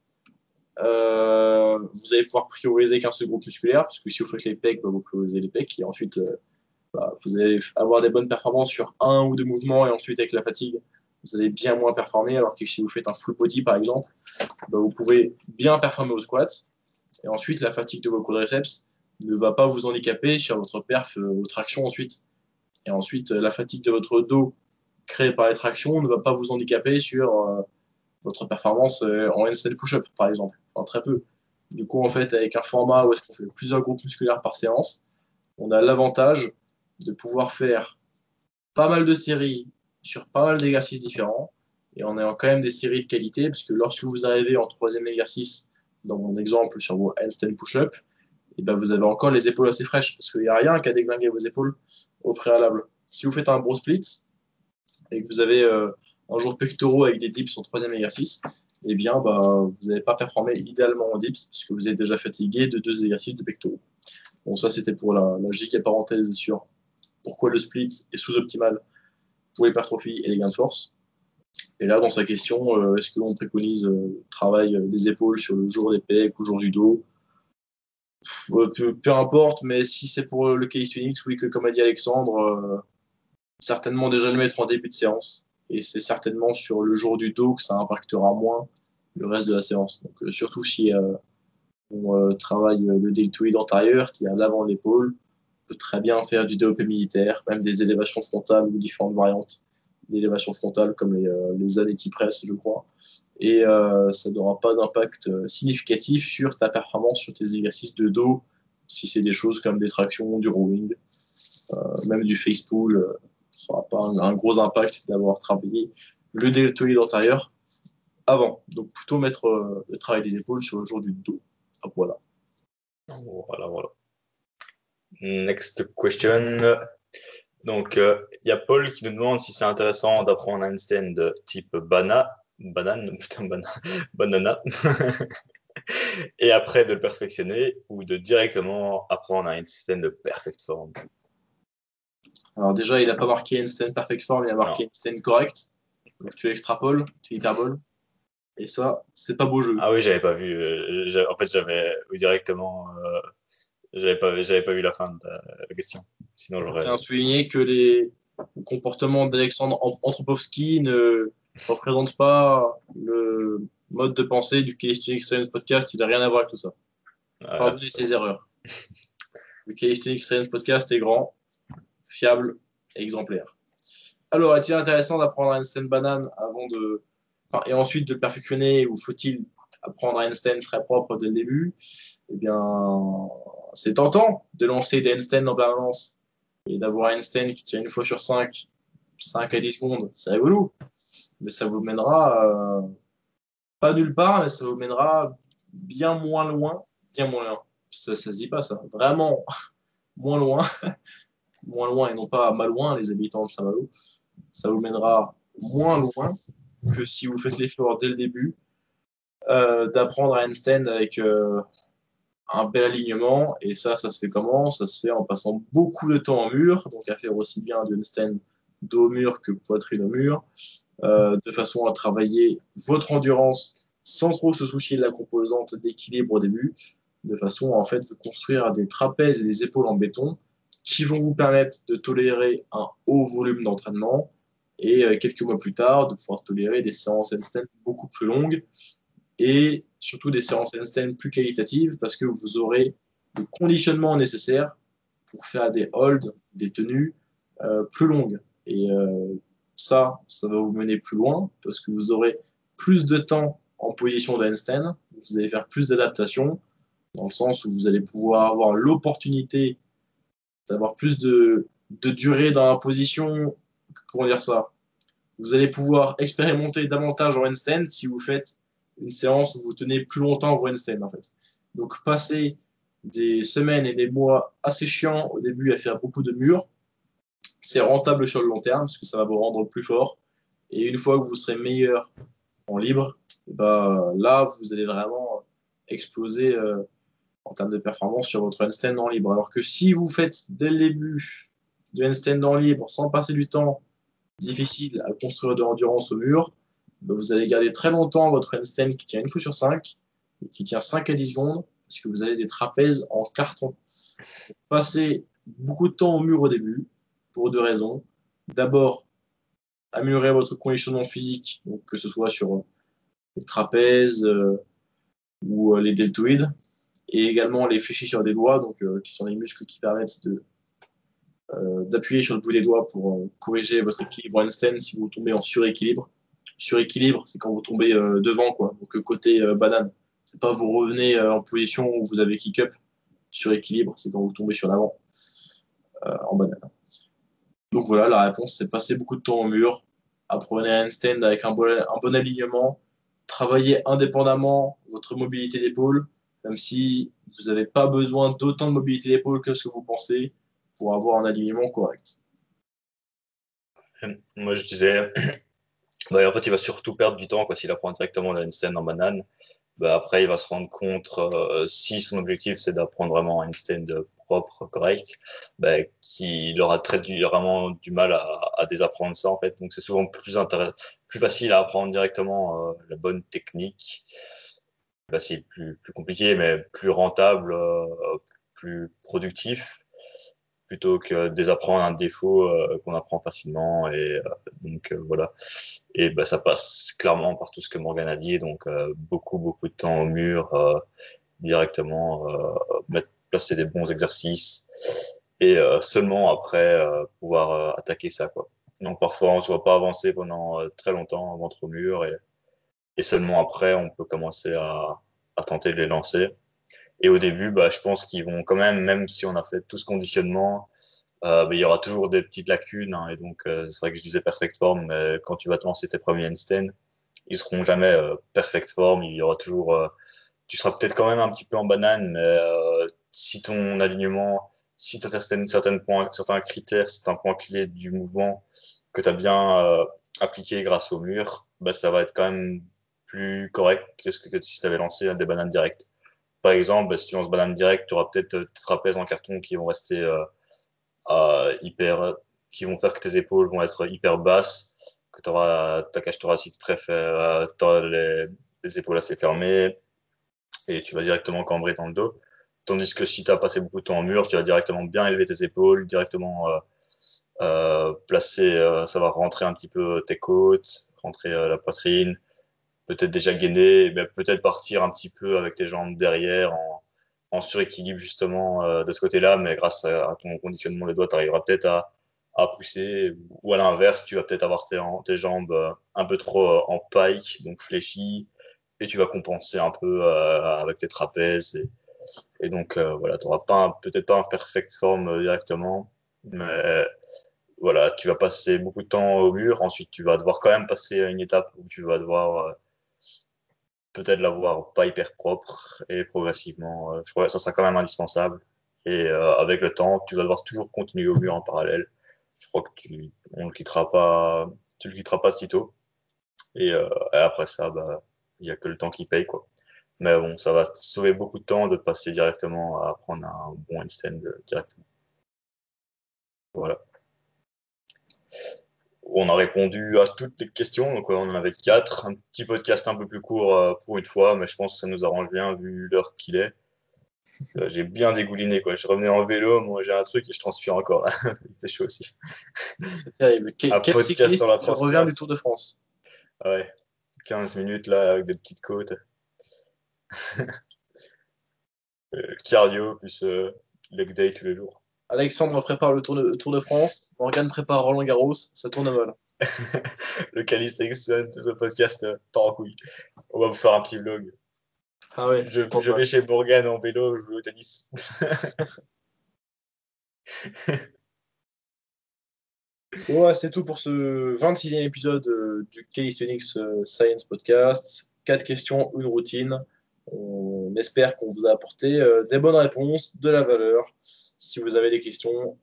vous allez pouvoir prioriser qu'un seul groupe musculaire, parce que si vous faites les pecs, vous priorisez les pecs, et ensuite vous allez avoir des bonnes performances sur un ou deux mouvements, et ensuite avec la fatigue, vous allez bien moins performer, alors que si vous faites un full body par exemple, vous pouvez bien performer au squat, et ensuite la fatigue de vos quadriceps ne va pas vous handicaper sur votre perf aux tractions ensuite. Et ensuite, la fatigue de votre dos créée par les tractions ne va pas vous handicaper sur votre performance en handstand push-up, par exemple. Enfin, très peu. Du coup, en fait, avec un format où est-ce qu'on fait plusieurs groupes musculaires par séance, on a l'avantage de pouvoir faire pas mal de séries sur pas mal d'exercices différents. Et on a quand même des séries de qualité, parce que lorsque vous arrivez en troisième exercice, dans mon exemple sur vos handstand push-up, et ben vous avez encore les épaules assez fraîches, parce qu'il n'y a rien qui a déglingué vos épaules au préalable. Si vous faites un bro split et que vous avez un jour pectoraux avec des dips en troisième exercice, eh bien, vous n'allez pas performer idéalement en dips, parce que vous êtes déjà fatigué de 2 exercices de pectoraux. Bon, ça, c'était pour la giga parenthèse sur pourquoi le split est sous-optimal pour l'hypertrophie et les gains de force. Et là, dans sa question, est-ce que l'on préconise le travail des épaules sur le jour des pecs ou le jour du dos? Peu importe, mais si c'est pour le calisthenics, oui, que comme a dit Alexandre, certainement déjà le mettre en début de séance. Et c'est certainement sur le jour du dos que ça impactera moins le reste de la séance. Donc, surtout si on travaille le deltoïde antérieur, c'est-à-dire l'avant de l'épaule, on peut très bien faire du développé militaire, même des élévations frontales ou différentes variantes d'élévation frontale comme les anéti press, je crois. Et ça n'aura pas d'impact significatif sur ta performance, sur tes exercices de dos, si c'est des choses comme des tractions, du rowing, même du face pull, ça n'aura pas un gros impact d'avoir travaillé le deltoïde antérieur avant. Donc plutôt mettre le travail des épaules sur le jour du dos. Voilà. Voilà. Next question. Donc, il y a Paul qui nous demande si c'est intéressant d'apprendre un handstand de type banana, et après de le perfectionner ou de directement apprendre un handstand de perfect form. Alors déjà, il n'a pas marqué handstand perfect form, il a marqué handstand correct. Donc tu extrapoles, tu hyperboles. Et ça, c'est pas beau jeu. Ah oui, j'avais pas vu. En fait, j'avais directement. J'avais pas vu la fin de la question. Sinon, Je j'aurais. tiens à souligner que le comportement d'Alexandre Antropovski ne représente pas le mode de pensée du Calisthenics Science Podcast. Il n'a rien à voir avec tout ça. Pardonnez ses erreurs. Le Calisthenics Science Podcast est grand, fiable et exemplaire. Alors, est-il intéressant d'apprendre un handstand banane et ensuite de le perfectionner, ou faut-il apprendre un handstand très propre dès le début? Eh bien, c'est tentant de lancer des handstands en permanence et d'avoir un handstand qui tient une fois sur 5 à 10 secondes. C'est rigolo, mais ça vous mènera pas nulle part, mais ça vous mènera bien moins loin. Bien moins loin. Ça se dit pas, ça. Vraiment moins loin. Moins loin et non pas mal loin, les habitants de Saint-Malo. Ça vous mènera moins loin que si vous faites l'effort dès le début d'apprendre à handstand avec un bel alignement. Et ça se fait comment? Ça se fait en passant beaucoup de temps en mur, donc à faire aussi bien du handstand dos au mur que poitrine au mur, de façon à travailler votre endurance sans trop se soucier de la composante d'équilibre au début, de façon à en fait vous construire des trapèzes et des épaules en béton qui vont vous permettre de tolérer un haut volume d'entraînement et quelques mois plus tard de pouvoir tolérer des séances handstand beaucoup plus longues et surtout des séances handstand plus qualitatives parce que vous aurez le conditionnement nécessaire pour faire des holds, des tenues plus longues. Et ça va vous mener plus loin parce que vous aurez plus de temps en position de handstand, vous allez faire plus d'adaptation dans le sens où vous allez pouvoir avoir l'opportunité d'avoir plus de durée dans la position. Comment dire ça? Vous allez pouvoir expérimenter davantage en handstand si vous faites une séance où vous tenez plus longtemps vos handstands en fait. Donc passer des semaines et des mois assez chiants au début à faire beaucoup de murs, c'est rentable sur le long terme parce que ça va vous rendre plus fort. Et une fois que vous serez meilleur en libre, bah, là, vous allez vraiment exploser en termes de performance sur votre handstand en libre. Alors que si vous faites dès le début du handstand en libre sans passer du temps difficile à construire de l'endurance au mur, bah, vous allez garder très longtemps votre handstand qui tient une fois sur 5 et qui tient 5 à 10 secondes parce que vous avez des trapèzes en carton. Passez beaucoup de temps au mur au début pour deux raisons. D'abord, améliorer votre conditionnement physique, donc que ce soit sur les trapèzes ou les deltoïdes, et également les fléchisseurs des doigts, donc, qui sont les muscles qui permettent d'appuyer sur le bout des doigts pour corriger votre équilibre handstand si vous tombez en suréquilibre. Suréquilibre, c'est quand vous tombez devant, quoi, donc côté banane. C'est pas vous revenez en position où vous avez kick-up. Suréquilibre, c'est quand vous tombez sur l'avant en banane. Donc voilà, la réponse, c'est passer beaucoup de temps au mur, apprenez un handstand avec un bon alignement, travaillez indépendamment votre mobilité d'épaule, même si vous n'avez pas besoin d'autant de mobilité d'épaule que ce que vous pensez pour avoir un alignement correct. Moi, je disais, bah, en fait, il va surtout perdre du temps quoi, s'il apprend directement le handstand en banane. Bah, après, il va se rendre compte, si son objectif c'est d'apprendre vraiment un handstand propre, correct, bah, qu'il aura vraiment du mal à désapprendre ça en fait. Donc, c'est souvent plus facile à apprendre directement la bonne technique. Facile, plus compliqué, mais plus rentable, plus productif plutôt que désapprendre un défaut qu'on apprend facilement. Et voilà. Et bah, ça passe clairement par tout ce que Morgan a dit, donc beaucoup de temps au mur, directement, placer des bons exercices et seulement après pouvoir attaquer ça, quoi. Donc parfois on ne se voit pas avancer pendant très longtemps, ventre au mur, et seulement après on peut commencer à tenter de les lancer. Et au début, bah, je pense qu'ils vont quand même si on a fait tout ce conditionnement, il y aura toujours des petites lacunes, hein, et donc c'est vrai que je disais perfect form, mais quand tu vas te lancer tes premiers handstands, ils seront jamais perfect form. Il y aura toujours, tu seras peut-être quand même un petit peu en banane, mais si ton alignement, si tu as certains critères, certains points clés du mouvement que tu as bien appliqué grâce au mur, bah, ça va être quand même plus correct que si tu avais lancé des bananes directes. Par exemple, bah, si tu lances banane directe, tu auras peut-être des trapèzes en carton qui vont rester hyper, qui vont faire que tes épaules vont être hyper basses, que tu auras ta cage thoracique t'auras les épaules assez fermées et tu vas directement cambrer dans le dos. Tandis que si tu as passé beaucoup de temps en mur, tu vas directement bien élever tes épaules, directement placer, ça va rentrer un petit peu tes côtes, rentrer la poitrine, peut-être déjà gainer, mais peut-être partir un petit peu avec tes jambes derrière en suréquilibre justement de ce côté-là, mais grâce à ton conditionnement des doigts, tu arriveras peut-être à pousser, ou à l'inverse, tu vas peut-être avoir tes jambes un peu trop en pike, donc fléchies, et tu vas compenser un peu avec tes trapèzes, et donc voilà, tu n'auras peut-être pas un perfect form directement, mais voilà, tu vas passer beaucoup de temps au mur, ensuite tu vas devoir quand même passer à une étape où tu vas devoir peut-être l'avoir pas hyper propre, et progressivement, je crois que ça sera quand même indispensable. Et avec le temps, tu vas devoir toujours continuer au mur en parallèle. Je crois que on le quittera pas, tu le quitteras pas si tôt. Et après ça, bah, il y a que le temps qui paye, quoi. Mais bon, ça va sauver beaucoup de temps de passer directement à prendre un bon handstand directement. Voilà. On a répondu à toutes les questions, donc on en avait 4. Un petit podcast un peu plus court pour une fois, mais je pense que ça nous arrange bien vu l'heure qu'il est. J'ai bien dégouliné, quoi. Je revenais en vélo, moi j'ai un truc et je transpire encore là. Il fait chaud aussi. C'est terrible. Un Quel podcast dans cycliste la revient du transpiration. Tour de France? Ouais, 15 minutes là avec des petites côtes. Cardio plus leg day tous les jours. Alexandre prépare le Tour de France. Morgane prépare Roland Garros. Ça tourne mal. Le calisthenics, ce podcast part en couille. On va vous faire un petit vlog. Ah ouais, ça tourne Je mal. vais chez Morgan en vélo, je joue au tennis. Ouais, c'est tout pour ce 26e épisode du Calisthenics Science Podcast. 4 questions, une routine. On espère qu'on vous a apporté des bonnes réponses, de la valeur. Si vous avez des questions,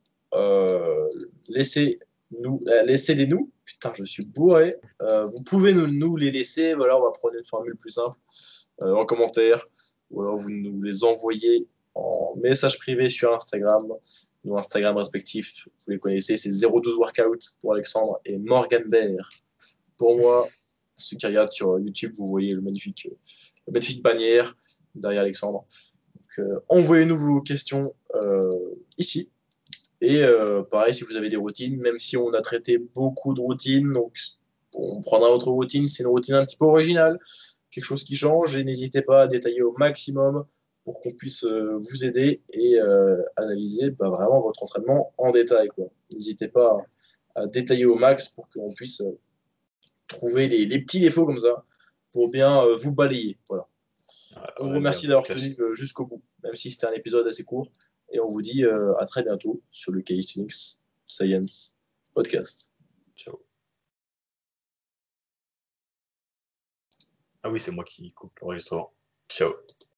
laissez-les nous. Putain, je suis bourré. Vous pouvez nous les laisser. Voilà, on va prendre une formule plus simple en commentaire. Ou alors vous nous les envoyez en message privé sur Instagram. Nos Instagram respectifs, vous les connaissez, c'est 012 Workout pour Alexandre et Morgan Bear pour moi. Ceux qui regardent sur YouTube, vous voyez la magnifique bannière derrière Alexandre. Donc, envoyez-nous vos questions ici. Et pareil, si vous avez des routines, même si on a traité beaucoup de routines, donc on prendra votre routine, c'est une routine un petit peu originale, quelque chose qui change, et n'hésitez pas à détailler au maximum pour qu'on puisse vous aider et analyser vraiment votre entraînement en détail, quoi. N'hésitez pas à détailler au max pour qu'on puisse trouver les petits défauts comme ça pour bien vous balayer. Voilà. On vous On aime bien remercie d'avoir cacher. tenu jusqu'au bout, même si c'était un épisode assez court. Et on vous dit à très bientôt sur le Calisthenics Science Podcast. Ciao. Ah oui, c'est moi qui coupe l'enregistrement. Ciao.